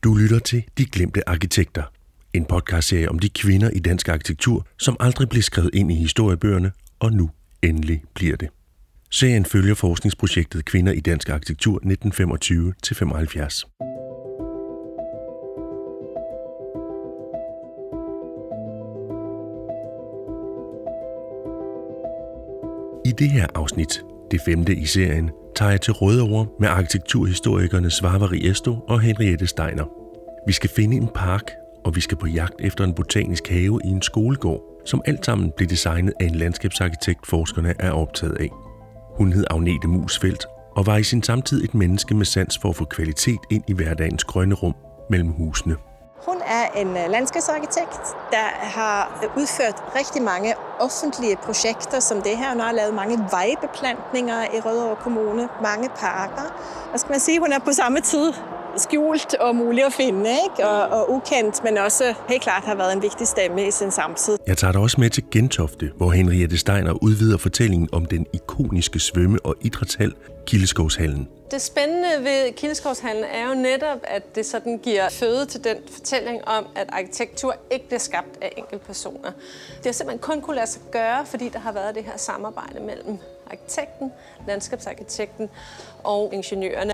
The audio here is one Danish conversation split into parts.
Du lytter til De Glemte Arkitekter, en podcastserie om de kvinder i dansk arkitektur, som aldrig blev skrevet ind i historiebøgerne, og nu endelig bliver det. Serien følger forskningsprojektet Kvinder i dansk arkitektur 1925-75. I det her afsnit, det 5. i serien, tager jeg til Rødovre med arkitekturhistorikerne Svava Riesto og Henriette Steiner. Vi skal finde en park, og vi skal på jagt efter en botanisk have i en skolegård, som alt sammen blev designet af en landskabsarkitekt, forskerne er optaget af. Hun hed Agnete Musfeldt og var i sin samtid et menneske med sans for at få kvalitet ind i hverdagens grønne rum mellem husene. Hun er en landskabsarkitekt, der har udført rigtig mange offentlige projekter som det her. Hun har lavet mange vejbeplantninger i Rødovre Kommune, mange parker. Hvad skal man sige, hun er på samme tid skjult og mulig at finde, ikke? Og ukendt, men også helt klart har været en vigtig stemme i sin samtid. Jeg tager dig også med til Gentofte, hvor Henriette Steiner udvider fortællingen om den ikoniske svømme- og idrætshal, Kildeskovshallen. Det spændende ved Kildeskovshallen er jo netop, at det sådan giver føde til den fortælling om, at arkitektur ikke bliver skabt af enkeltpersoner. Det har simpelthen kun kunne lade sig gøre, fordi der har været det her samarbejde mellem arkitekten, landskabsarkitekten og ingeniørerne.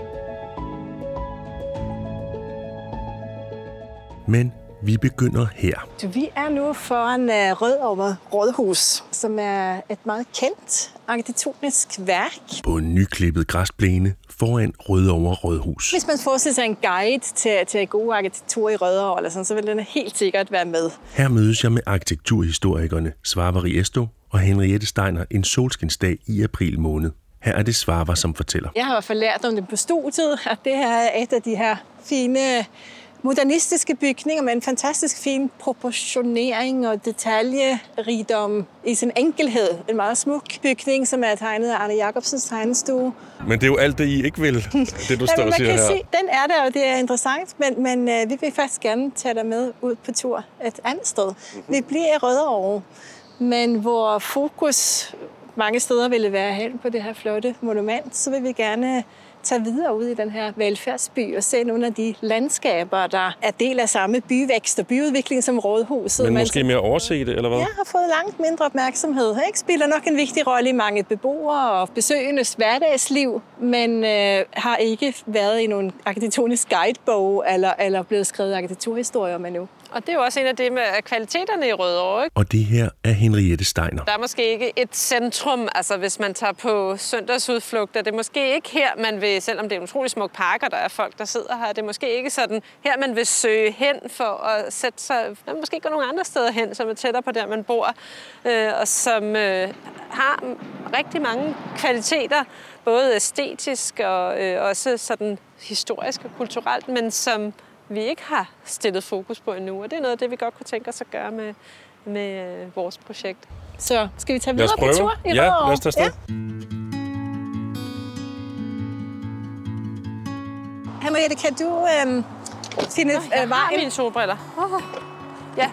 Men vi begynder her. Vi er nu foran Rødovre Rådhus, som er et meget kendt arkitektonisk værk. På en nyklippet græsplæne foran Rødovre Rådhus. Hvis man forestiller sig en guide til god arkitektur i Rødovre, eller sådan, så vil den helt sikkert være med. Her mødes jeg med arkitekturhistorikerne Svava Riesto og Henriette Steiner en solskinsdag i april måned. Her er det Svava, som fortæller. Jeg har i hvert fald lært om det på studiet, at det her er et af de her fine modernistiske bygninger med en fantastisk fin proportionering og detaljerigdom i sin enkelhed. En meget smuk bygning, som er tegnet af Arne Jacobsens tegnestue. Men det er jo alt det, I ikke vil, det du står og siger her. Sige, den er der, og det er interessant, men vi vil faktisk gerne tage dig med ud på tur et andet sted. Vi bliver i Rødovre, men hvor fokus mange steder ville være hen på det her flotte monument, så vil vi gerne tage videre ud i den her velfærdsby og se nogle af de landskaber, der er del af samme byvækst og byudvikling som Rådhuset. Men måske mere overset, eller hvad? Ja, har fået langt mindre opmærksomhed. Ikke? Spiller nok en vigtig rolle i mange beboere og besøgendes hverdagsliv, men har ikke været i nogen arkitektonisk guidebog eller blevet skrevet arkitekturhistorier om endnu. Og det er jo også en af det med kvaliteterne i Rødovre, ikke? Og det her er Henriette Steiner. Der er måske ikke et centrum, altså hvis man tager på søndagsudflugter. Det er måske ikke her, man vil, selvom det er en utrolig smuk parker, der er folk, der sidder her. Det er måske ikke sådan, her man vil søge hen for at sætte sig, man måske gå nogle andre steder hen, som er tættere på der, man bor, og som har rigtig mange kvaliteter, både æstetisk og også sådan historisk og kulturelt, men som vi ikke har stillet fokus på endnu, og det er noget af det, vi godt kunne tænke os at gøre med vores projekt. Så skal vi tage videre på tur i Rødovre? Ja, lad os tage afsted. Ja. Henriette, kan du finde vejen? Jeg har mine solbriller. Ja.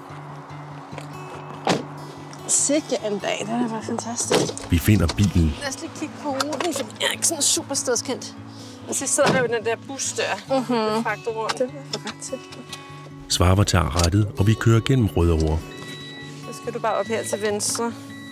Sikke en dag, det var fantastisk. Vi finder bilen. Lad os lige kigge på ruten, som jeg er ikke sådan super stedskendt. Og så sidder der jo den der busdør, der fragter rundt. Det var ret til. Svava tager rettet, og vi kører gennem Rødovre. Så skal du bare op her til venstre.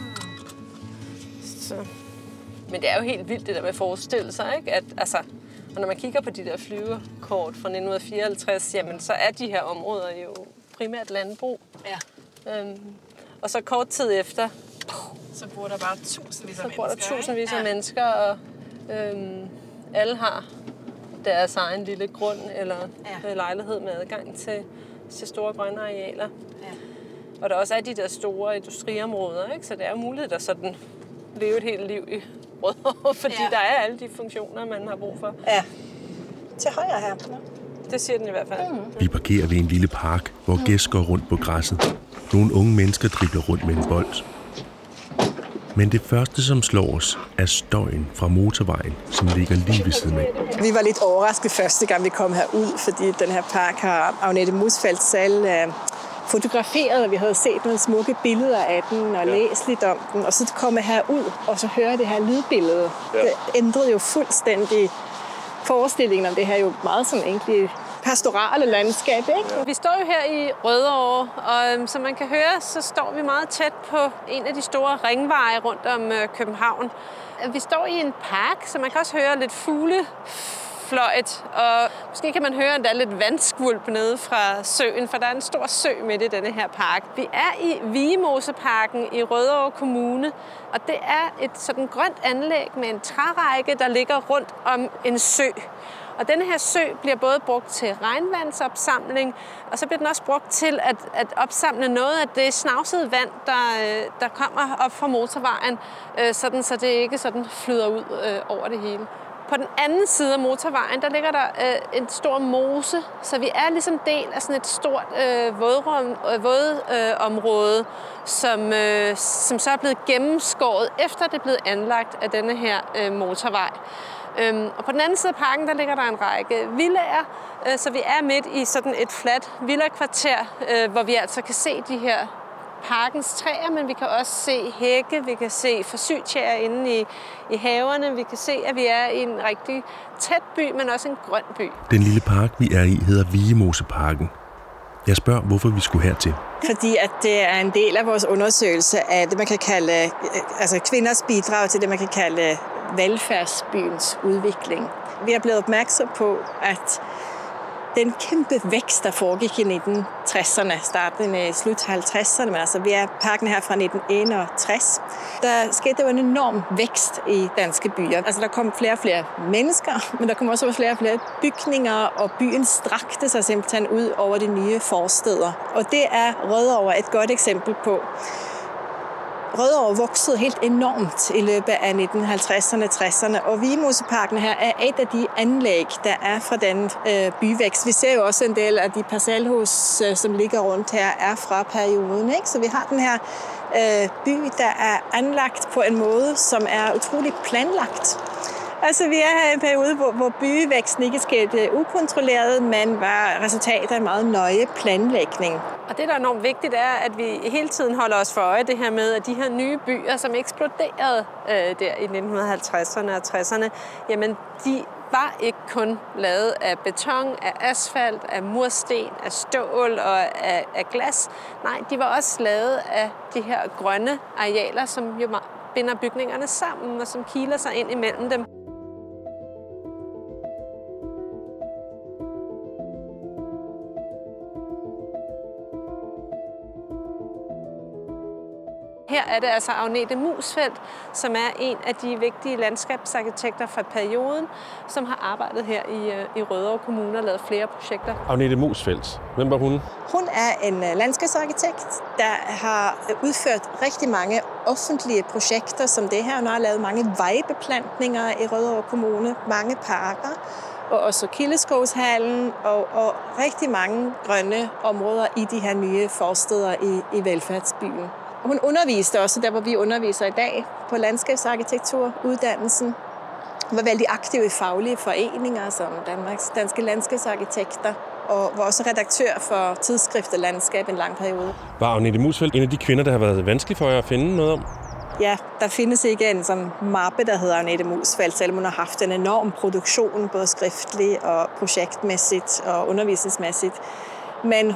Så. Men det er jo helt vildt, det der med at forestille sig, ikke? At, altså, og når man kigger på de der flyverkort fra 1954, jamen, så er de her områder jo primært landbrug. Ja. Og så kort tid efter, så bor der bare tusindvis af mennesker, og alle har deres egen lille grund eller lejlighed med adgang til store grønne arealer. Ja. Og der også er de der store industriområder, ikke? Så det er jo muligt at sådan leve et helt liv i Rødovre, fordi der er alle de funktioner, man har brug for. Ja. Til højre her. Det siger den i hvert fald. Vi parkerer ved en lille park, hvor gæs går rundt på græsset. Nogle unge mennesker dribler rundt med en bold. Men det første, som slår os, er støjen fra motorvejen, som ligger lige ved siden af. Vi var lidt overrasket første gang, vi kom herud, fordi den her park har Agnete Musfeldt selv fotograferet, og vi havde set nogle smukke billeder af den og læst lidt om den. Og så komme herud og så høre det her lydbillede. Det ændrede jo fuldstændig forestillingen om det her jo meget sådan egentlig pastorale landskab, ikke? Vi står jo her i Rødovre, og som man kan høre, så står vi meget tæt på en af de store ringveje rundt om København. Vi står i en park, så man kan også høre lidt fuglefløjt, og måske kan man høre, at der er lidt vandskvulp nede fra søen, for der er en stor sø midt i denne her park. Vi er i Vigemoseparken i Rødovre Kommune, og det er et sådan grønt anlæg med en trærække, der ligger rundt om en sø. Og denne her sø bliver både brugt til regnvandsopsamling, og så bliver den også brugt til at opsamle noget af det snavsede vand, der kommer op fra motorvejen, sådan, så det ikke sådan flyder ud over det hele. På den anden side af motorvejen, der ligger der en stor mose, så vi er ligesom del af sådan et stort vådområde, som så er blevet gennemskåret, efter det er blevet anlagt af denne her motorvej. Og på den anden side af parken, der ligger der en række villaer, så vi er midt i sådan et fladt villakvarter, hvor vi altså kan se de her parkens træer, men vi kan også se hække, vi kan se forsyltjærer inde i haverne, vi kan se, at vi er i en rigtig tæt by, men også en grøn by. Den lille park, vi er i, hedder Vigemoseparken. Jeg spørger, hvorfor vi skulle hertil. Fordi at det er en del af vores undersøgelse af det, man kan kalde kvinders bidrag til det, man kan kalde velfærdsbyens udvikling. Vi er blevet opmærksom på, at den kæmpe vækst, der foregik i 1960'erne, starten i slut 50'erne, men altså vi er parken her fra 1961, der skete jo en enorm vækst i danske byer. Altså der kom flere og flere mennesker, men der kom også flere og flere bygninger, og byen strakte sig simpelthen ud over de nye forstæder. Og det er Rødovre et godt eksempel på. Rødovre voksede helt enormt i løbet af 1950'erne, 60'erne, og Vigemoseparken her er et af de anlæg, der er fra den byvækst. Vi ser jo også en del af de parcelhus, som ligger rundt her, er fra perioden, ikke? Så vi har den her by, der er anlagt på en måde, som er utrolig planlagt. Altså, vi er her i en periode, hvor byvæksten ikke skete ukontrolleret, men var resultatet af en meget nøje planlægning. Og det, der er enormt vigtigt, er, at vi hele tiden holder os for øje det her med, at de her nye byer, som eksploderede der i 1950'erne og 60'erne, jamen, de var ikke kun lavet af beton, af asfalt, af mursten, af stål og af glas. Nej, de var også lavet af de her grønne arealer, som jo binder bygningerne sammen og som kiler sig ind imellem dem. Her er det altså Agnete Musfeldt, som er en af de vigtige landskabsarkitekter fra perioden, som har arbejdet her i Rødovre Kommune og lavet flere projekter. Agnete Musfeldt, hvem var hun? Hun er en landskabsarkitekt, der har udført rigtig mange offentlige projekter som det her. Hun har lavet mange vejbeplantninger i Rødovre Kommune, mange parker, og også Kildeskovshallen og rigtig mange grønne områder i de her nye forstæder i velfærdsbyen. Hun underviste også der, hvor vi underviser i dag, på landskabsarkitekturuddannelsen. Hun var vældig aktiv i faglige foreninger, som Danmarks danske landskabsarkitekter, og var også redaktør for tidsskriftet Landskab en lang periode. Var Agnete Musfeldt en af de kvinder, der har været vanskelig for jer at finde noget om? Ja, der findes ikke en sådan mappe, der hedder Agnete Musfeldt, selvom hun har haft en enorm produktion, både skriftlig og projektmæssigt og undervisningsmæssigt. Men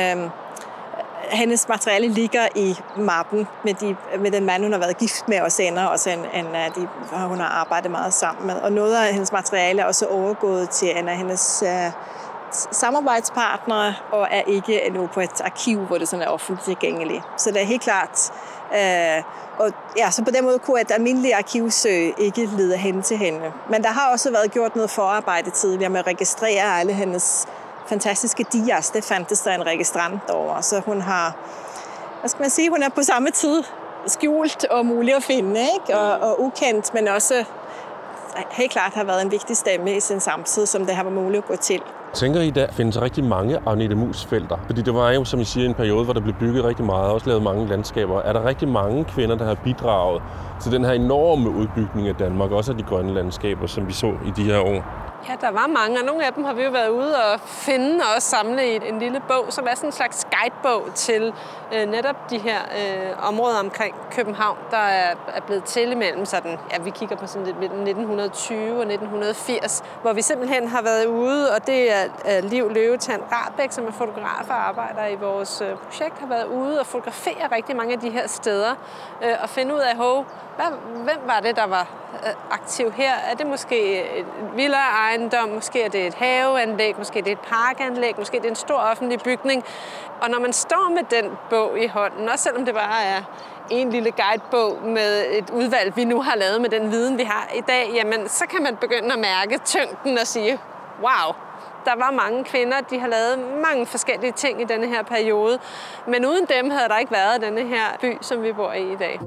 hendes materiale ligger i mappen med den mand, hun har været gift med, og senere også en af de, hun har arbejdet meget sammen med. Og noget af hendes materiale er også overgået til en af hendes samarbejdspartnere, og er ikke endnu på et arkiv, hvor det sådan er offentligt tilgængeligt. Så det er helt klart. Og ja, så på den måde kunne et almindeligt arkivsøg ikke lede hen til hende. Men der har også været gjort noget forarbejde tidligere med at registrere alle hendes fantastiske dias. Det fandtes der en registrant over, så hun har, hun er på samme tid skjult og mulig at finde, ikke? Og ukendt, men også helt klart har været en vigtig stemme i sin samtid, som det har været muligt at gå til. Tænker I, der findes rigtig mange Agnete Musfeldter? Fordi det var jo, som I siger, en periode, hvor der blev bygget rigtig meget, og også lavet mange landskaber. Er der rigtig mange kvinder, der har bidraget til den her enorme udbygning af Danmark, også af de grønne landskaber, som vi så i de her år? Ja, der var mange, og nogle af dem har vi jo været ude og finde og også samle i en lille bog, som er sådan en slags guidebog til netop de her områder omkring København, der er blevet til imellem sådan, ja, vi kigger på sådan lidt mellem 1920 og 1980, hvor vi simpelthen har været ude, og det er Liv Løvetand Rahbek, som er fotograf og arbejder i vores projekt, har været ude og fotografere rigtig mange af de her steder, og finde ud af, hvem var det, der var aktiv her? Er det måske et villaejendom, måske er det et haveanlæg, måske er det et parkanlæg, måske er det en stor offentlig bygning. Og når man står med den bog i hånden, også selvom det bare er en lille guidebog med et udvalg, vi nu har lavet med den viden, vi har i dag, jamen så kan man begynde at mærke tyngden og sige, wow, der var mange kvinder, de har lavet mange forskellige ting i denne her periode, men uden dem havde der ikke været denne her by, som vi bor i dag.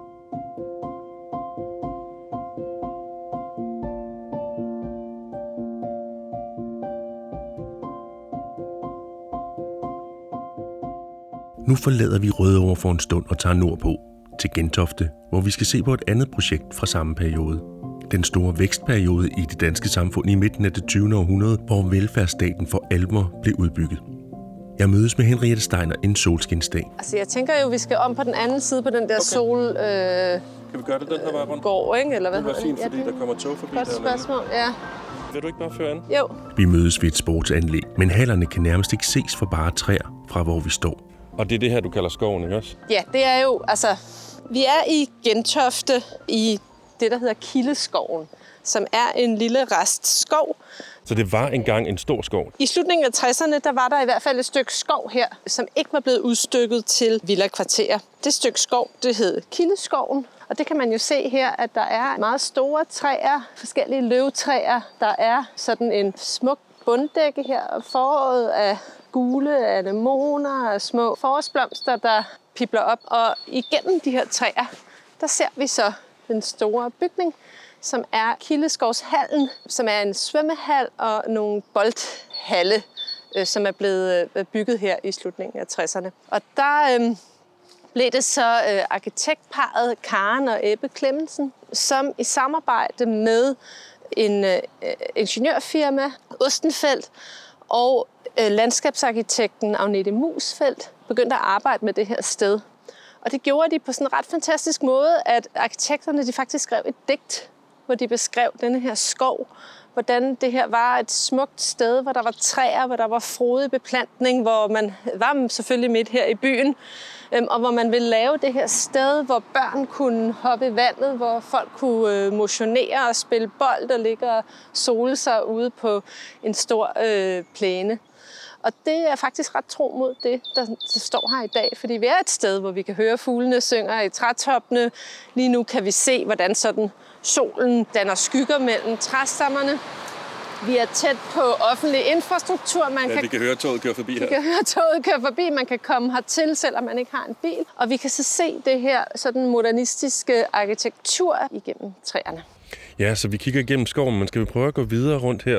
Nu forlader vi Rødovre for en stund og tager nordpå til Gentofte, hvor vi skal se på et andet projekt fra samme periode. Den store vækstperiode i det danske samfund i midten af det 20. århundrede, hvor velfærdsstaten for alvor blev udbygget. Jeg mødes med Henriette Steiner en solskinsdag. Altså jeg tænker jo, vi skal om på den anden side på den der sol... Kan vi gøre det den her vej rundt? Gård, ikke? Eller hvad det var fint, fordi der kommer tog forbi. Godt spørgsmål, ja. Vil du ikke bare føre an? Jo. Vi mødes ved et sportsanlæg, men hallerne kan nærmest ikke ses for bare træer fra hvor vi står. Og det er det her, du kalder skoven, ikke også? Ja, det er jo, altså, vi er i Gentofte i det, der hedder Kildeskoven, som er en lille restskov. Så det var engang en stor skov? I slutningen af 60'erne, der var der i hvert fald et stykke skov her, som ikke var blevet udstykket til villakvarterer. Det stykke skov, det hed Kildeskoven. Og det kan man jo se her, at der er meget store træer, forskellige løvtræer. Der er sådan en smuk bunddække her, foråret af gule anemoner og små forårsblomster, der pibler op. Og igennem de her træer, der ser vi så den store bygning, som er Kildeskovshallen, som er en svømmehal og nogle boldhalle, som er blevet bygget her i slutningen af 60'erne. Og der blev det så arkitektparret Karen og Ebbe Clemmensen, som i samarbejde med en ingeniørfirma, Ostenfeldt, og landskabsarkitekten Agnete Musfeldt begyndte at arbejde med det her sted. Og det gjorde de på sådan en ret fantastisk måde, at arkitekterne de faktisk skrev et digt, hvor de beskrev denne her skov, hvordan det her var et smukt sted, hvor der var træer, hvor der var frodig beplantning, hvor man var selvfølgelig midt her i byen, og hvor man ville lave det her sted, hvor børn kunne hoppe i vandet, hvor folk kunne motionere og spille bold og ligge og sole sig ude på en stor plæne. Og det er faktisk ret tro mod det, der står her i dag, fordi vi er et sted, hvor vi kan høre fuglene synger i trætoppene. Lige nu kan vi se, hvordan sådan solen danner skygger mellem træstammerne. Vi er tæt på offentlig infrastruktur. Vi kan høre toget køre forbi her. Vi kan høre toget køre forbi. Man kan komme hertil, selvom man ikke har en bil. Og vi kan så se det her sådan modernistiske arkitektur igennem træerne. Ja, så vi kigger igennem skoven, men skal vi prøve at gå videre rundt her?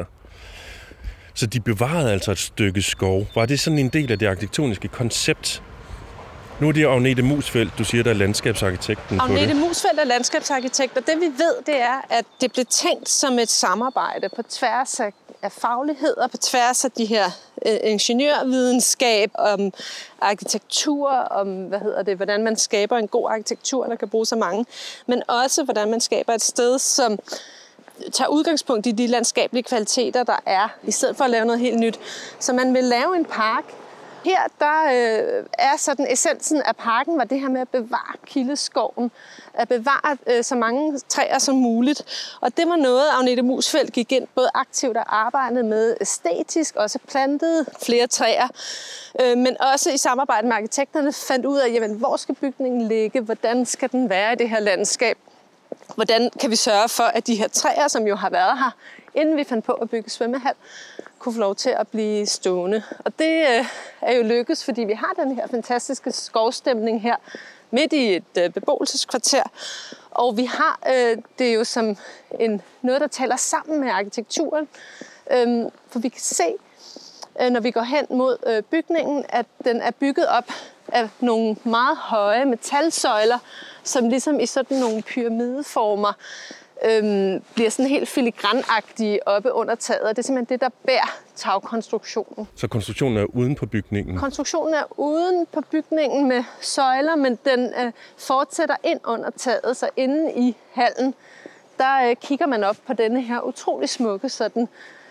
Så de bevarede altså et stykke skov. Var det sådan en del af det arkitektoniske koncept? Nu er det Agnete Musfeldt, du siger, der er landskabsarkitekten på det. Agnete Musfeldt er landskabsarkitekt, og det vi ved, det er, at det blev tænkt som et samarbejde på tværs af fagligheder, på tværs af de her ingeniørvidenskab, om arkitektur, om hvordan man skaber en god arkitektur, der kan bruge så mange, men også hvordan man skaber et sted, som tager udgangspunkt i de landskabelige kvaliteter, der er, i stedet for at lave noget helt nyt. Så man vil lave en park. Her der er sådan essensen af parken, var det her med at bevare Kildeskoven, at bevare så mange træer som muligt. Og det var noget, Agnete Musfeldt gik ind både aktivt og arbejdede med æstetisk, også plantede flere træer, men også i samarbejde med arkitekterne fandt ud af, jamen, hvor skal bygningen ligge, hvordan skal den være i det her landskab. Hvordan kan vi sørge for, at de her træer, som jo har været her, inden vi fandt på at bygge svømmehal, kunne få lov til at blive stående. Og det er jo lykkes, fordi vi har den her fantastiske skovstemning her, midt i et beboelseskvarter. Og vi har det jo som noget, der taler sammen med arkitekturen. For vi kan se, når vi går hen mod bygningen, at den er bygget op af nogle meget høje metalsøjler, som ligesom i sådan nogle pyramideformer bliver sådan helt filigranagtige oppe under taget. Og det er simpelthen det, der bærer tagkonstruktionen. Så konstruktionen er uden på bygningen? Konstruktionen er uden på bygningen med søjler, men den fortsætter ind under taget. Så inde i hallen, der kigger man op på denne her utrolig smukke sådan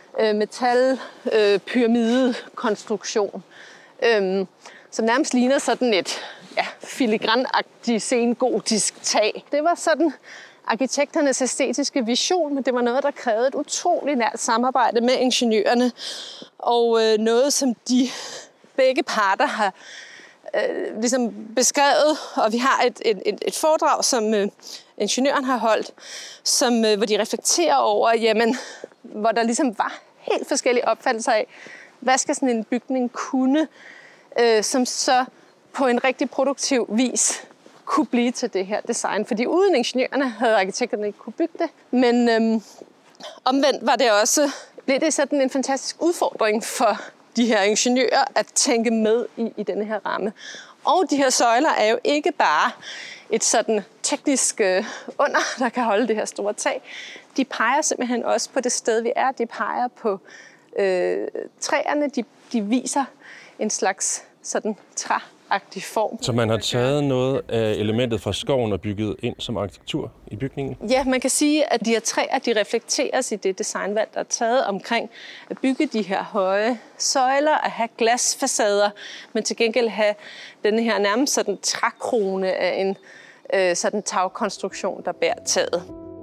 metal-pyramide-konstruktion, som nærmest ligner sådan et filigranagtigt sengotisk tag. Det var sådan arkitekternes æstetiske vision, men det var noget, der krævede et utroligt nært samarbejde med ingeniørerne, og noget, som de begge parter har ligesom beskrevet, og vi har et foredrag, som ingeniøren har holdt, hvor de reflekterer over, jamen, hvor der ligesom var helt forskellige opfattelser af, hvad skal sådan en bygning kunne, som så på en rigtig produktiv vis kunne blive til det her design. Fordi uden ingeniørerne havde arkitekterne ikke kunne bygge det. Men omvendt var det også, blev det sådan en fantastisk udfordring for de her ingeniører at tænke med i denne her ramme. Og de her søjler er jo ikke bare et sådan teknisk under, der kan holde det her store tag. De peger simpelthen også på det sted, vi er. De peger på træerne. De viser en slags sådan træagtig form. Så man har taget noget af elementet fra skoven og bygget ind som arkitektur i bygningen? Ja, man kan sige, at de her træer, de reflekteres i det designvalg, der er taget omkring at bygge de her høje søjler, at have glasfacader, men til gengæld have denne her nærmest sådan trækrone af en sådan tagkonstruktion, der bærer taget.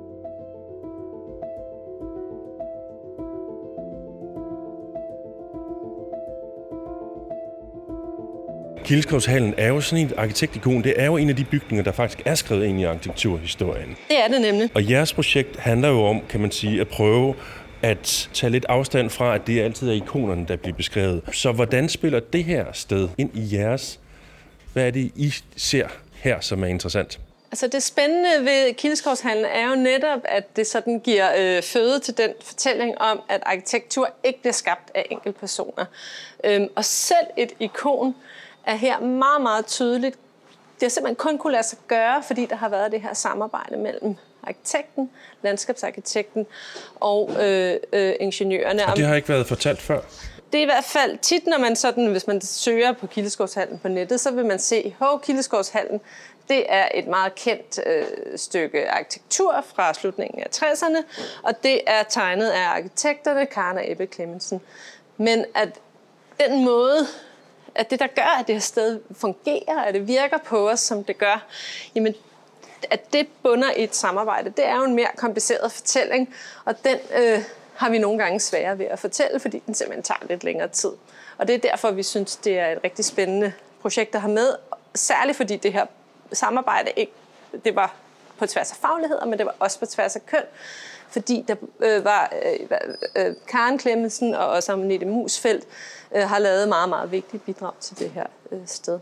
Kildeskovshallen er jo sådan et arkitektikon. Det er jo en af de bygninger, der faktisk er skrevet ind i arkitekturhistorien. Det er det nemlig. Og jeres projekt handler jo om, kan man sige, at prøve at tage lidt afstand fra, at det altid er ikonerne, der bliver beskrevet. Så hvordan spiller det her sted ind i jeres? Hvad er det, I ser her, som er interessant? Altså det spændende ved Kildeskovshallen er jo netop, at det sådan giver føde til den fortælling om, at arkitektur ikke bliver skabt af enkeltpersoner. Og selv et ikon er her meget, meget tydeligt. Det har simpelthen kun kunne lade sig gøre, fordi der har været det her samarbejde mellem arkitekten, landskabsarkitekten og ingeniørerne. Og det har ikke været fortalt før? Det er i hvert fald tit, når man sådan, hvis man søger på Kildeskovshallen på nettet, så vil man se, Kildeskovshallen, det er et meget kendt stykke arkitektur fra slutningen af 60'erne, og det er tegnet af arkitekterne Karen og Ebbe Clemmensen. Men at den måde, at det, der gør, at det her sted fungerer, at det virker på os, som det gør, jamen, at det bunder i et samarbejde, det er jo en mere kompliceret fortælling, og den har vi nogle gange sværere ved at fortælle, fordi den simpelthen tager lidt længere tid. Og det er derfor, vi synes, det er et rigtig spændende projekt at have med, særligt fordi det her samarbejde ikke, det var på tværs af fagligheder, men det var også på tværs af køn, fordi der var Karen Clemmensen og også Agnete Musfeldt har lavet meget, meget vigtige bidrag til det her sted.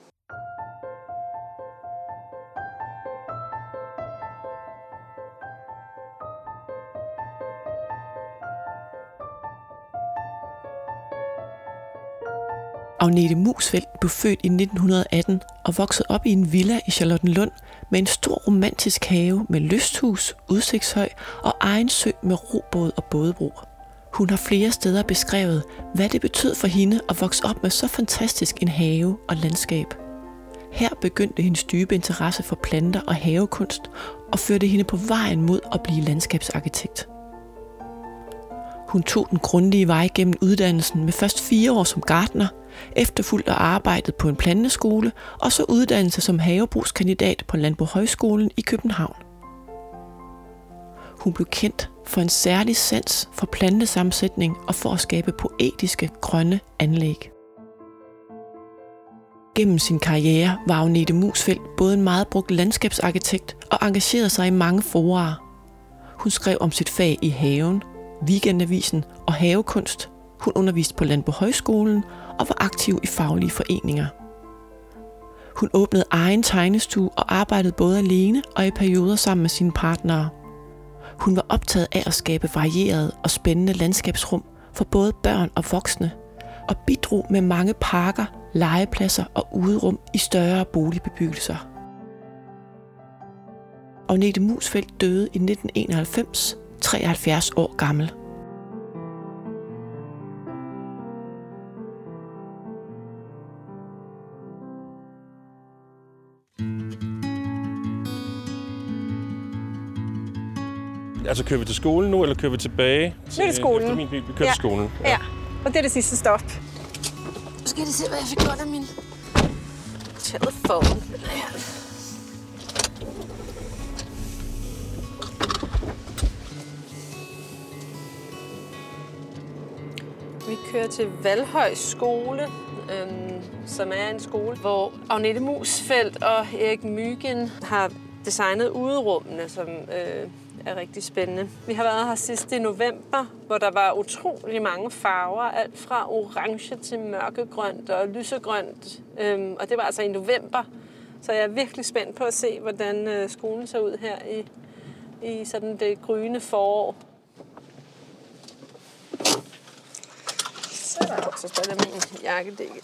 Agnete Musfeldt blev født i 1918 og voksede op i en villa i Charlottenlund med en stor romantisk have med lysthus, udsigtshøj og egen sø med robåd og bådebro. Hun har flere steder beskrevet, hvad det betød for hende at vokse op med så fantastisk en have og landskab. Her begyndte hendes dybe interesse for planter og havekunst og førte hende på vejen mod at blive landskabsarkitekt. Hun tog den grundige vej gennem uddannelsen med først 4 år som gartner, efterfulgt af arbejdet på en planteskole og så uddannelse som havebrugskandidat på Landbohøjskolen i København. Hun blev kendt for en særlig sans for plantesammensætning og for at skabe poetiske, grønne anlæg. Gennem sin karriere var Agnete Musfeldt både en meget brugt landskabsarkitekt og engagerede sig i mange fora. Hun skrev om sit fag i haven, Weekendavisen og havekunst. Hun underviste på Landbohøjskolen og var aktiv i faglige foreninger. Hun åbnede egen tegnestue og arbejdede både alene og i perioder sammen med sine partnere. Hun var optaget af at skabe varierede og spændende landskabsrum for både børn og voksne, og bidrog med mange parker, legepladser og uderum i større boligbebyggelser. Agnete Musfeldt døde i 1991, 73 år gammel. Altså, kører vi til skolen nu, eller kører vi tilbage? Nu er det skolen. Vi kører til skolen. Ja, og det er det sidste stop. Nu skal jeg lige se, hvad jeg fik gjort af min telefon. Vi kører til Valhøj skole, som er en skole, hvor Agnete Musfeldt og Erik Myggen har designet uderummene, som er rigtig spændende. Vi har været her sidst i november, hvor der var utrolig mange farver, alt fra orange til mørkegrønt og lysegrønt. Og det var altså i november, så jeg er virkelig spændt på at se, hvordan skolen ser ud her i sådan det gryende forår. Så står der min jakkedække.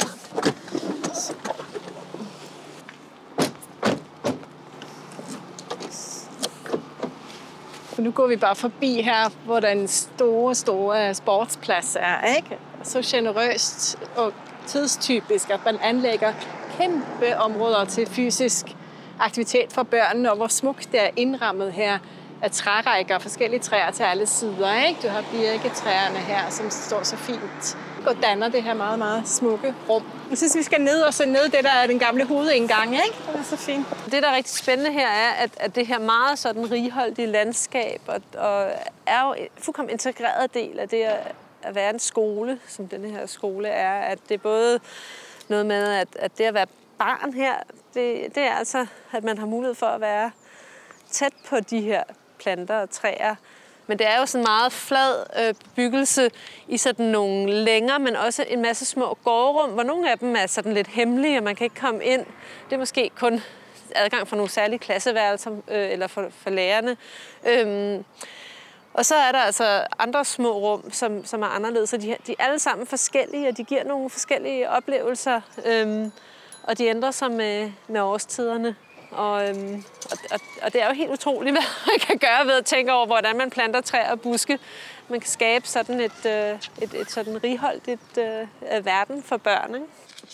Nu går vi bare forbi her, hvor der en store sportsplads er, ikke? Så generøst og tidstypisk, at man anlægger kæmpe områder til fysisk aktivitet for børnene, og hvor smukt det er indrammet her af trærækker og forskellige træer til alle sider, ikke? Du har birketræerne her, som står så fint og danner det her meget, meget smukke rum. Jeg synes, vi skal ned og se ned det, der er den gamle hovedindgang, ikke? Det er så fint. Det, der er rigtig spændende her, er, at det her meget sådan righoldige landskab og er jo en fuldkommen integreret del af det at være en skole, som denne her skole er. At det er både noget med, at det at være barn her, det er altså, at man har mulighed for at være tæt på de her planter og træer. Men det er jo sådan en meget flad bebyggelse i sådan nogle længere, men også en masse små gårdrum, hvor nogle af dem er sådan lidt hemmelige, og man kan ikke komme ind. Det er måske kun adgang for nogle særlige klasseværelser eller for lærerne. Og så er der altså andre små rum, som er anderledes. Så de er alle sammen forskellige, og de giver nogle forskellige oplevelser. Og de ændrer sig med årstiderne. Og det er jo helt utroligt, hvad man kan gøre ved at tænke over, hvordan man planter træer og buske. Man kan skabe sådan et sådan righoldigt verden for børn, ikke?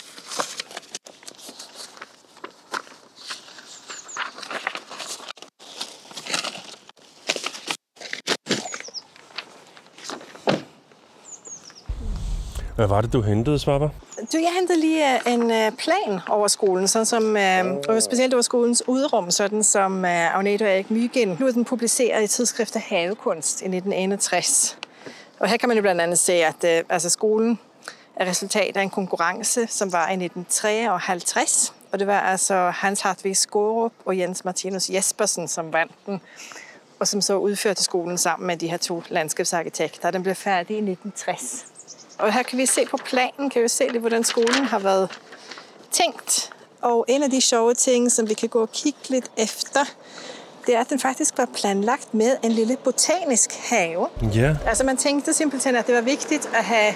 Hvad var det, du hentede, Svava? Jeg hentede lige en plan over skolen, sådan som, og specielt over skolens udrum, sådan som Agnete og Erik Myggen. Nu er den publiceret i tidsskriftet Havekunst i 1961. Og her kan man jo blandt andet se, at skolen er resultat af en konkurrence, som var i 1953. Og det var altså Hans Hartvig Skårup og Jens Martinus Jespersen, som vandt den, og som så udførte skolen sammen med de her to landskabsarkitekter. Den blev færdig i 1960. Og her kan vi se på planen, kan vi se lidt, hvordan skolen har været tænkt. Og en af de sjove ting, som vi kan gå og kigge lidt efter, det er, at den faktisk var planlagt med en lille botanisk have. Ja. Altså man tænkte simpelthen, at det var vigtigt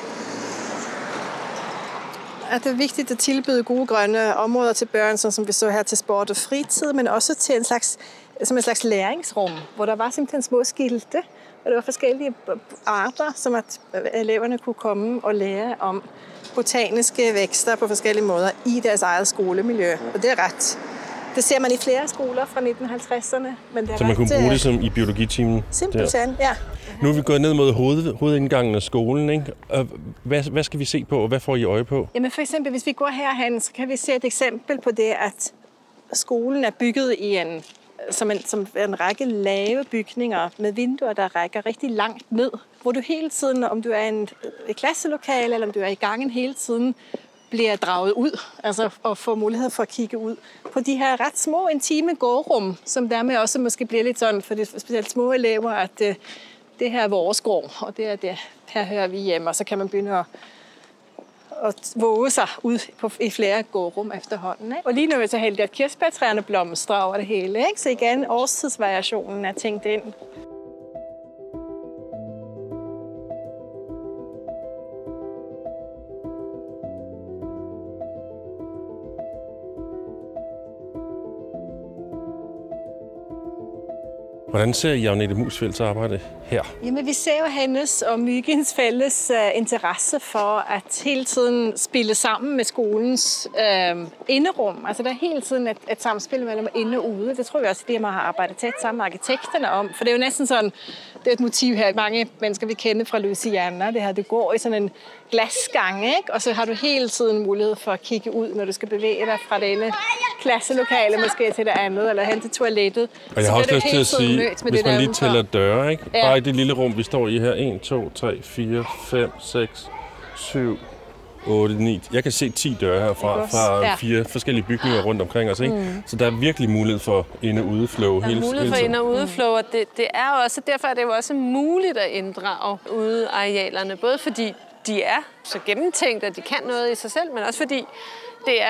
at tilbyde gode grønne områder til børn, som vi så her til sport og fritid, men også til en slags læringsrum, hvor der var simpelthen små skilte, og det var forskellige arter, som at eleverne kunne komme og lære om botaniske vækster på forskellige måder i deres eget skolemiljø. Og det er ret. Det ser man i flere skoler fra 1950'erne. Men det er så man kunne bruge det som i biologitimen? Simpelthen, ja. Nu er vi gået ned mod hovedindgangen af skolen, ikke? Hvad skal vi se på, og hvad får I øje på? Jamen for eksempel, hvis vi går herhen, så kan vi se et eksempel på det, at skolen er bygget i som en række lave bygninger med vinduer, der rækker rigtig langt ned, hvor du hele tiden, om du er et klasselokale, eller om du er i gangen hele tiden, bliver draget ud, altså og får mulighed for at kigge ud på de her ret små, intime gårdrum, som dermed også måske bliver lidt sådan for de specielt små elever, at det her er vores gård, og det er det, her hører vi hjemme, og så kan man begynde at våge sig ud i flere gårdrum efterhånden. Ikke? Og lige nu er så heldig, at kirsebærtræerne blomstrer over det hele. Ikke? Så igen, årstidsvariationen er tænkt ind. Hvordan ser I Agnete Musfeldts arbejde her? Jamen, vi ser jo hendes og Myggens fælles interesse for at hele tiden spille sammen med skolens inderum. Altså, der er hele tiden et samspil mellem inde og ude. Det tror jeg også, det man har arbejdet tæt sammen med arkitekterne om. For det er jo næsten sådan, det er et motiv her. Mange mennesker, vi kender fra Louisiana, det her, det går i sådan en glasgang, ikke? Og så har du hele tiden mulighed for at kigge ud, når du skal bevæge dig fra det ene klasselokale måske til det andet, eller hen til toilettet. Og jeg har også lyst til at sige, hvis man lige tæller døre, ikke? Ja. Bare i det lille rum, vi står i her. 1, 2, 3, 4, 5, 6, 7, 8, 9. Jeg kan se 10 døre herfra, fra 4 forskellige bygninger rundt omkring os, ikke? Så der er virkelig mulighed for inde- og udeflow. Der er mulighed for inde- og udeflow, og det er jo også, derfor er det jo også muligt at inddrage udearealerne, både fordi de er så gennemtænkt, at de kan noget i sig selv, men også fordi der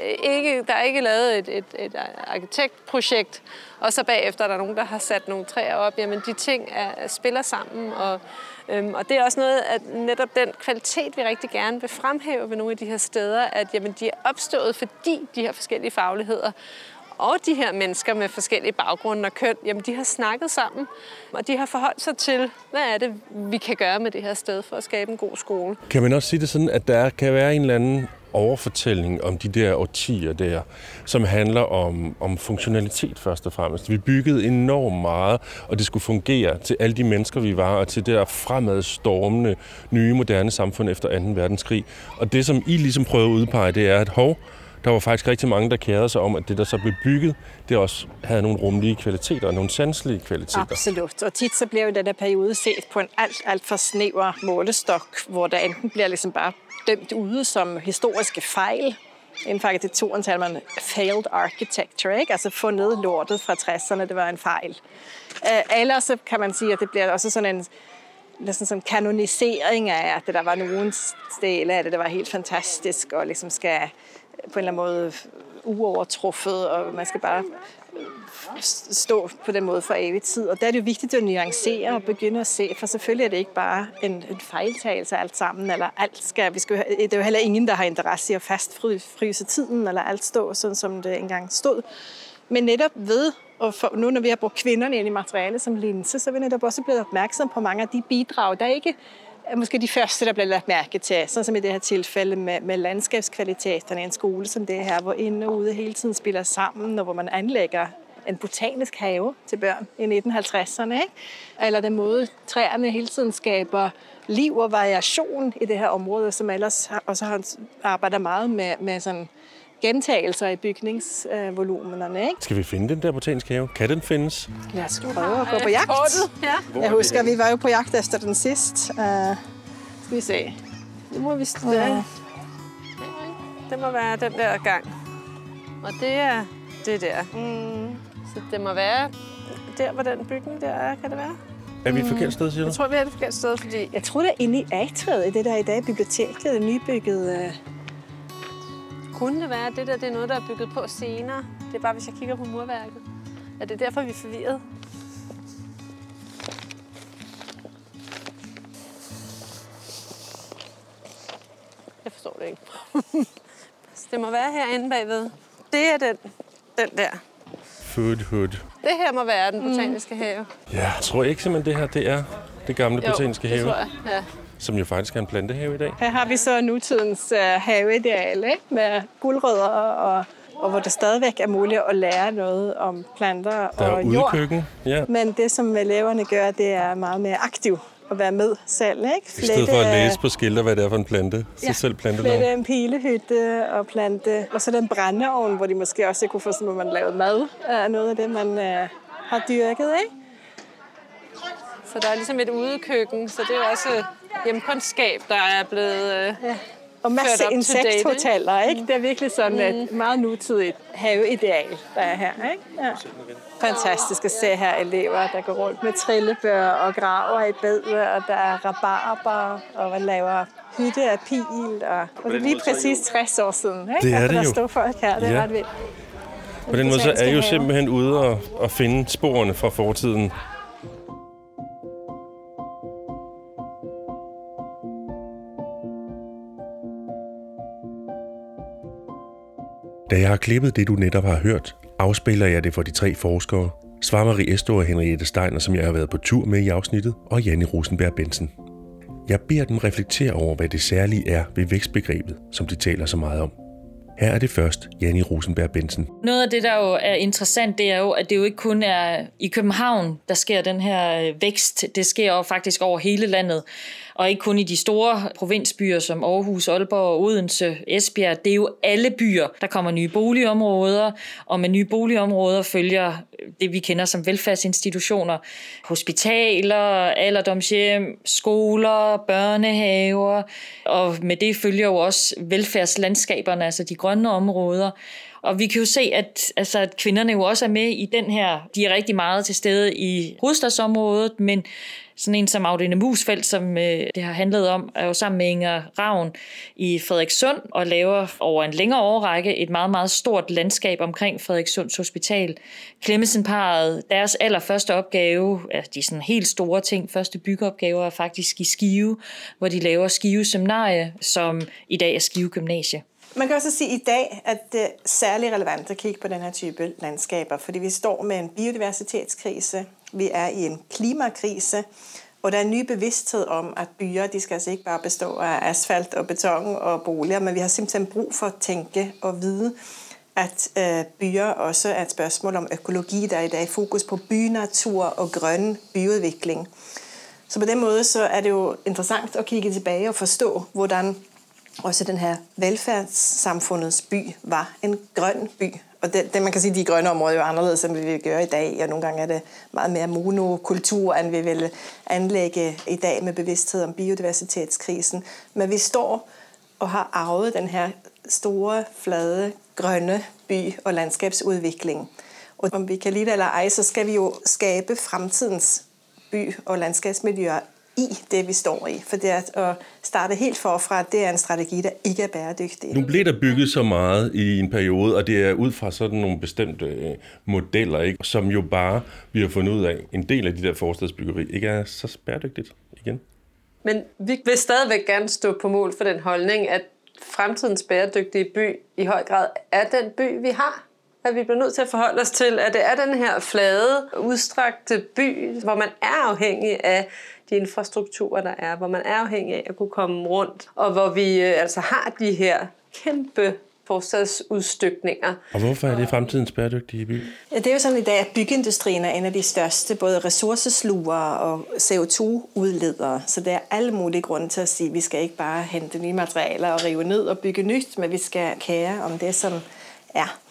er ikke lavet et arkitektprojekt, og så bagefter er der nogen, der har sat nogle træer op. Jamen, de ting spiller sammen, og det er også noget, at netop den kvalitet, vi rigtig gerne vil fremhæve ved nogle af de her steder, at jamen, de er opstået, fordi de her forskellige fagligheder og de her mennesker med forskellige baggrunde og køn, jamen de har snakket sammen, og de har forholdt sig til, hvad er det, vi kan gøre med det her sted for at skabe en god skole. Kan man også sige det sådan, at der kan være en eller anden overfortælling om de der årtier der, som handler om funktionalitet først og fremmest. Vi byggede enormt meget, og det skulle fungere til alle de mennesker, vi var, og til det der fremadstormende, nye, moderne samfund efter 2. verdenskrig. Og det, som I ligesom prøver at udpege, det er, at der var faktisk rigtig mange, der kærede sig om, at det, der så blev bygget, det også havde nogle rumlige kvaliteter og nogle sanselige kvaliteter. Absolut. Og tit så bliver jo den der periode set på en alt for snæver målestok, hvor der enten bliver ligesom bare dømt ude som historiske fejl. Inden for arkitekturen taler man failed architecture, ikke? Altså få ned lortet fra 60'erne, det var en fejl. Ellers så kan man sige, at det bliver også sådan en kanonisering af, at der var nogle steder af det, der var helt fantastisk, og ligesom skal på en eller anden måde uovertruffet, og man skal bare stå på den måde for evig tid. Og der er det jo vigtigt at nuancere og begynde at se, for selvfølgelig er det ikke bare en fejltagelse alt sammen, eller det er jo heller ingen, der har interesse i at fastfryse tiden, eller alt stå, sådan som det engang stod. Men netop ved, og nu når vi har brugt kvinderne ind i materiale som linse, så er vi netop også blevet opmærksom på mange af de bidrag, der ikke er måske de første, der bliver lagt mærke til, sådan som i det her tilfælde med landskabskvaliteterne i en skole som det her, hvor inde og ude hele tiden spiller sammen, og hvor man anlægger en botanisk have til børn i 1950'erne, ikke? Eller den måde, træerne hele tiden skaber liv og variation i det her område, som ellers også har arbejdet meget med sådan gentagelser i bygningsvolumenerne, ikke? Skal vi finde den der botaniske have? Kan den findes? Lad os prøve at gå på jagt. Ja. Jeg husker, vi var jo på jagt efter den sidst. Skal vi se. Det må vi stå. Det må være den der gang. Og det er det der. Så det må være der, hvor den bygning der er, kan det være? Er vi et forkert sted, siger du? Jeg tror, vi er et forkert sted, fordi jeg tror, det er inde i atriet, i det der i dag biblioteket, det nybygget. Kunne det være, at det der det er noget, der er bygget på senere? Det er bare, hvis jeg kigger på murværket. Er det derfor, vi er forvirret? Jeg forstår det ikke. Det må være herinde bagved. Det er den der. Hood. Det her må være den botaniske have. Ja, jeg tror ikke simpelthen, det her det er det gamle botaniske have. Det tror jeg, ja. Som jo faktisk er en plantehave i dag. Her har vi så nutidens haveideal, ikke? Med guldrødder, og hvor det stadigvæk er muligt at lære noget om planter og jord. Der er udkøkken, ja. Men det, som eleverne gør, det er meget mere aktivt at være med selv, ikke? I stedet for at læse på skilter, hvad det er for en plante, så selv plante noget. Flette en pilehytte og plante. Og så den brændeovn, hvor de måske også kunne få sådan, at man lavede mad af noget af det, man har dyrket, ikke? Så der er ligesom et udekøkken, så det er også hjemkundskab, der er blevet og masse insekthoteller, ikke? Det er virkelig sådan et meget nutidigt haveideal, der er her, ikke? Ja. Fantastisk at se her elever, der går rundt med trillebør og graver i bedre, og der er rabarber, og man laver hytte af pil, og det er lige præcis 60 år siden, ikke? Det er det der jo. står folk her, det er ret vildt. På den måde så er I jo simpelthen ude og finde sporene fra fortiden. Da jeg har klippet det, du netop har hørt, afspiller jeg det for de 3 forskere, Svava Esto og Henriette Steiner, som jeg har været på tur med i afsnittet, og Janni Rosenberg Bentzen. Jeg beder dem reflektere over, hvad det særlige er ved vækstbegrebet, som de taler så meget om. Her er det først Janni Rosenberg Bentzen. Noget af det, der jo er interessant, det er jo, at det jo ikke kun er i København, der sker den her vækst. Det sker jo faktisk over hele landet. Og ikke kun i de store provinsbyer som Aarhus, Aalborg, Odense, Esbjerg. Det er jo alle byer, der kommer nye boligområder, og med nye boligområder følger det, vi kender som velfærdsinstitutioner. Hospitaler, alderdomshjem, skoler, børnehaver, og med det følger jo også velfærdslandskaberne, altså de grønne områder. Og vi kan jo se, at kvinderne jo også er med i den her. De er rigtig meget til stede i hovedstadsområdet, men sådan en som Agnete Musfeldt, som det har handlet om, er jo sammen med Inger Ravn i Frederikssund og laver over en længere årrække et meget, meget stort landskab omkring Frederikssunds Hospital. Clemmensen-parret, deres allerførste opgave, de sådan helt store ting, første byggeopgaver er faktisk i Skive, hvor de laver Skive Seminarie, som i dag er Skive Gymnasie. Man kan også sige i dag, at det er særlig relevant at kigge på den her type landskaber, fordi vi står med en biodiversitetskrise, vi er i en klimakrise, og der er en ny bevidsthed om, at byer, de skal altså ikke bare bestå af asfalt og beton og boliger, men vi har simpelthen brug for at tænke og vide, at byer også er et spørgsmål om økologi, der er i dag fokus på bynatur og grøn byudvikling. Så på den måde så er det jo interessant at kigge tilbage og forstå, hvordan også den her velfærdssamfundets by var en grøn by. Og det man kan sige, de grønne områder er jo anderledes, end vi vil gøre i dag. Og nogle gange er det meget mere monokultur, end vi vil anlægge i dag med bevidsthed om biodiversitetskrisen. Men vi står og har arvet den her store, flade, grønne by- og landskabsudvikling. Og om vi kan lide det eller ej, så skal vi jo skabe fremtidens by- og landskabsmiljøer i det, vi står i. For det at starte helt forfra, det er en strategi, der ikke er bæredygtig. Nu blev der bygget så meget i en periode, og det er ud fra sådan nogle bestemte modeller, ikke? Som jo bare, vi har fundet ud af, en del af de der forstadsbyggeri ikke er så bæredygtigt igen. Men vi vil stadigvæk gerne stå på mål for den holdning, at fremtidens bæredygtige by i høj grad er den by, vi har. At vi bliver nødt til at forholde os til, at det er den her flade, udstrakte by, hvor man er afhængig af de infrastrukturer, der er, hvor man er afhængig af at kunne komme rundt, og hvor vi altså har de her kæmpe forstadsudstykninger. Og hvorfor er det fremtidens bæredygtige by? Ja, det er jo sådan i dag, at byggeindustrien er en af de største både ressourceslugere og CO2-udledere. Så der er alle mulige grunde til at sige, at vi skal ikke bare hente nye materialer og rive ned og bygge nyt, men vi skal kære om det, som er.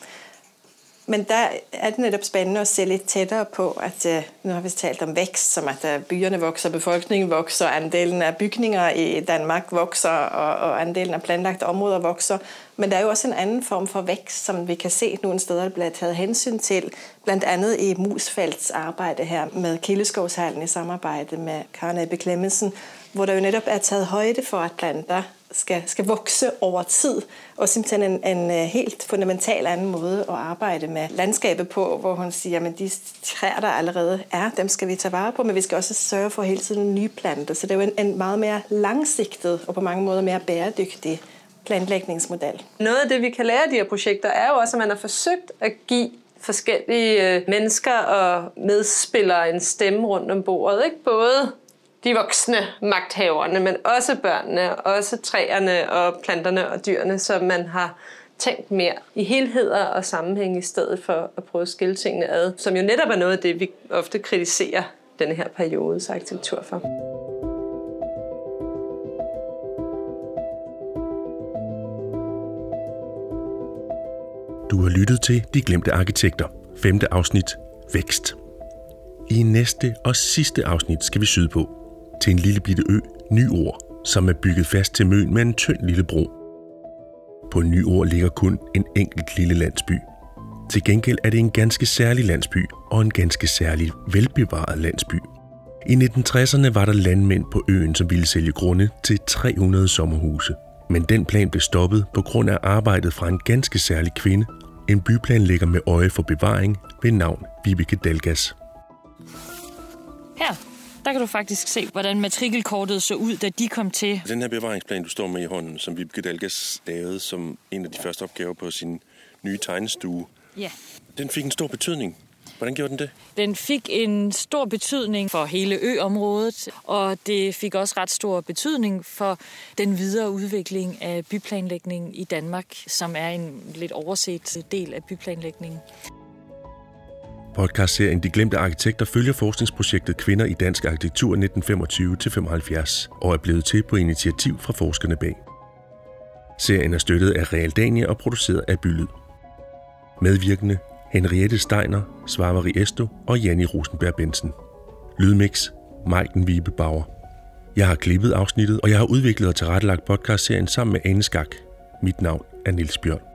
Men der er det netop spændende at se lidt tættere på, at nu har vi talt om vækst, som at byerne vokser, befolkningen vokser, andelen af bygninger i Danmark vokser, og andelen af planlagte områder vokser. Men der er jo også en anden form for vækst, som vi kan se nogle steder, der bliver taget hensyn til, blandt andet i Musfeldts arbejde her med Kildeskovshallen i samarbejde med Karen Ebbe Clemmensen, hvor der jo netop er taget højde for, at planter skal vokse over tid, og simpelthen en helt fundamental anden måde at arbejde med landskabet på, hvor hun siger, at de træer, der allerede er, dem skal vi tage vare på, men vi skal også sørge for hele tiden nye planter. Så det er jo en meget mere langsigtet og på mange måder mere bæredygtig planlægningsmodel. Noget af det, vi kan lære af de her projekter, er jo også, at man har forsøgt at give forskellige mennesker og medspillere en stemme rundt om bordet. Ikke både de voksne magthaverne, men også børnene, også træerne og planterne og dyrene, så man har tænkt mere i helheder og sammenhæng i stedet for at prøve at skille tingene ad, som jo netop er noget af det, vi ofte kritiserer denne her periodes arkitektur for. Du har lyttet til De Glemte Arkitekter, 5. afsnit, Vækst. I næste og sidste afsnit skal vi sydpå, til en lille bitte ø, Nyord, som er bygget fast til Møn med en tynd lille bro. På Nyord ligger kun en enkelt lille landsby. Til gengæld er det en ganske særlig landsby og en ganske særlig velbevaret landsby. I 1960'erne var der landmænd på øen, som ville sælge grunde til 300 sommerhuse. Men den plan blev stoppet på grund af arbejdet fra en ganske særlig kvinde, en byplanlægger med øje for bevaring ved navn Vibeke Dalgas. Her, der kan du faktisk se, hvordan matrikelkortet så ud, da de kom til. Den her bevaringsplan, du står med i hånden, som Vibeke Dalgas lavede som en af de første opgaver på sin nye tegnestue, Ja. den fik en stor betydning. Hvordan gjorde den det? Den fik en stor betydning for hele øområdet, og det fik også ret stor betydning for den videre udvikling af byplanlægningen i Danmark, som er en lidt overset del af byplanlægningen. Podcastserien De Glemte Arkitekter følger forskningsprojektet Kvinder i Dansk Arkitektur 1925-75 og er blevet til på initiativ fra forskerne bag. Serien er støttet af Realdania og produceret af Bylyd. Medvirkende Henriette Steiner, Svar-Marie Esto og Janni Rosenberg Bensen. Lydmix Maiken Vibe Bauer. Jeg har klippet afsnittet, og jeg har udviklet og tilrettelagt podcastserien sammen med Ane Skak. Mit navn er Niels Bjørn.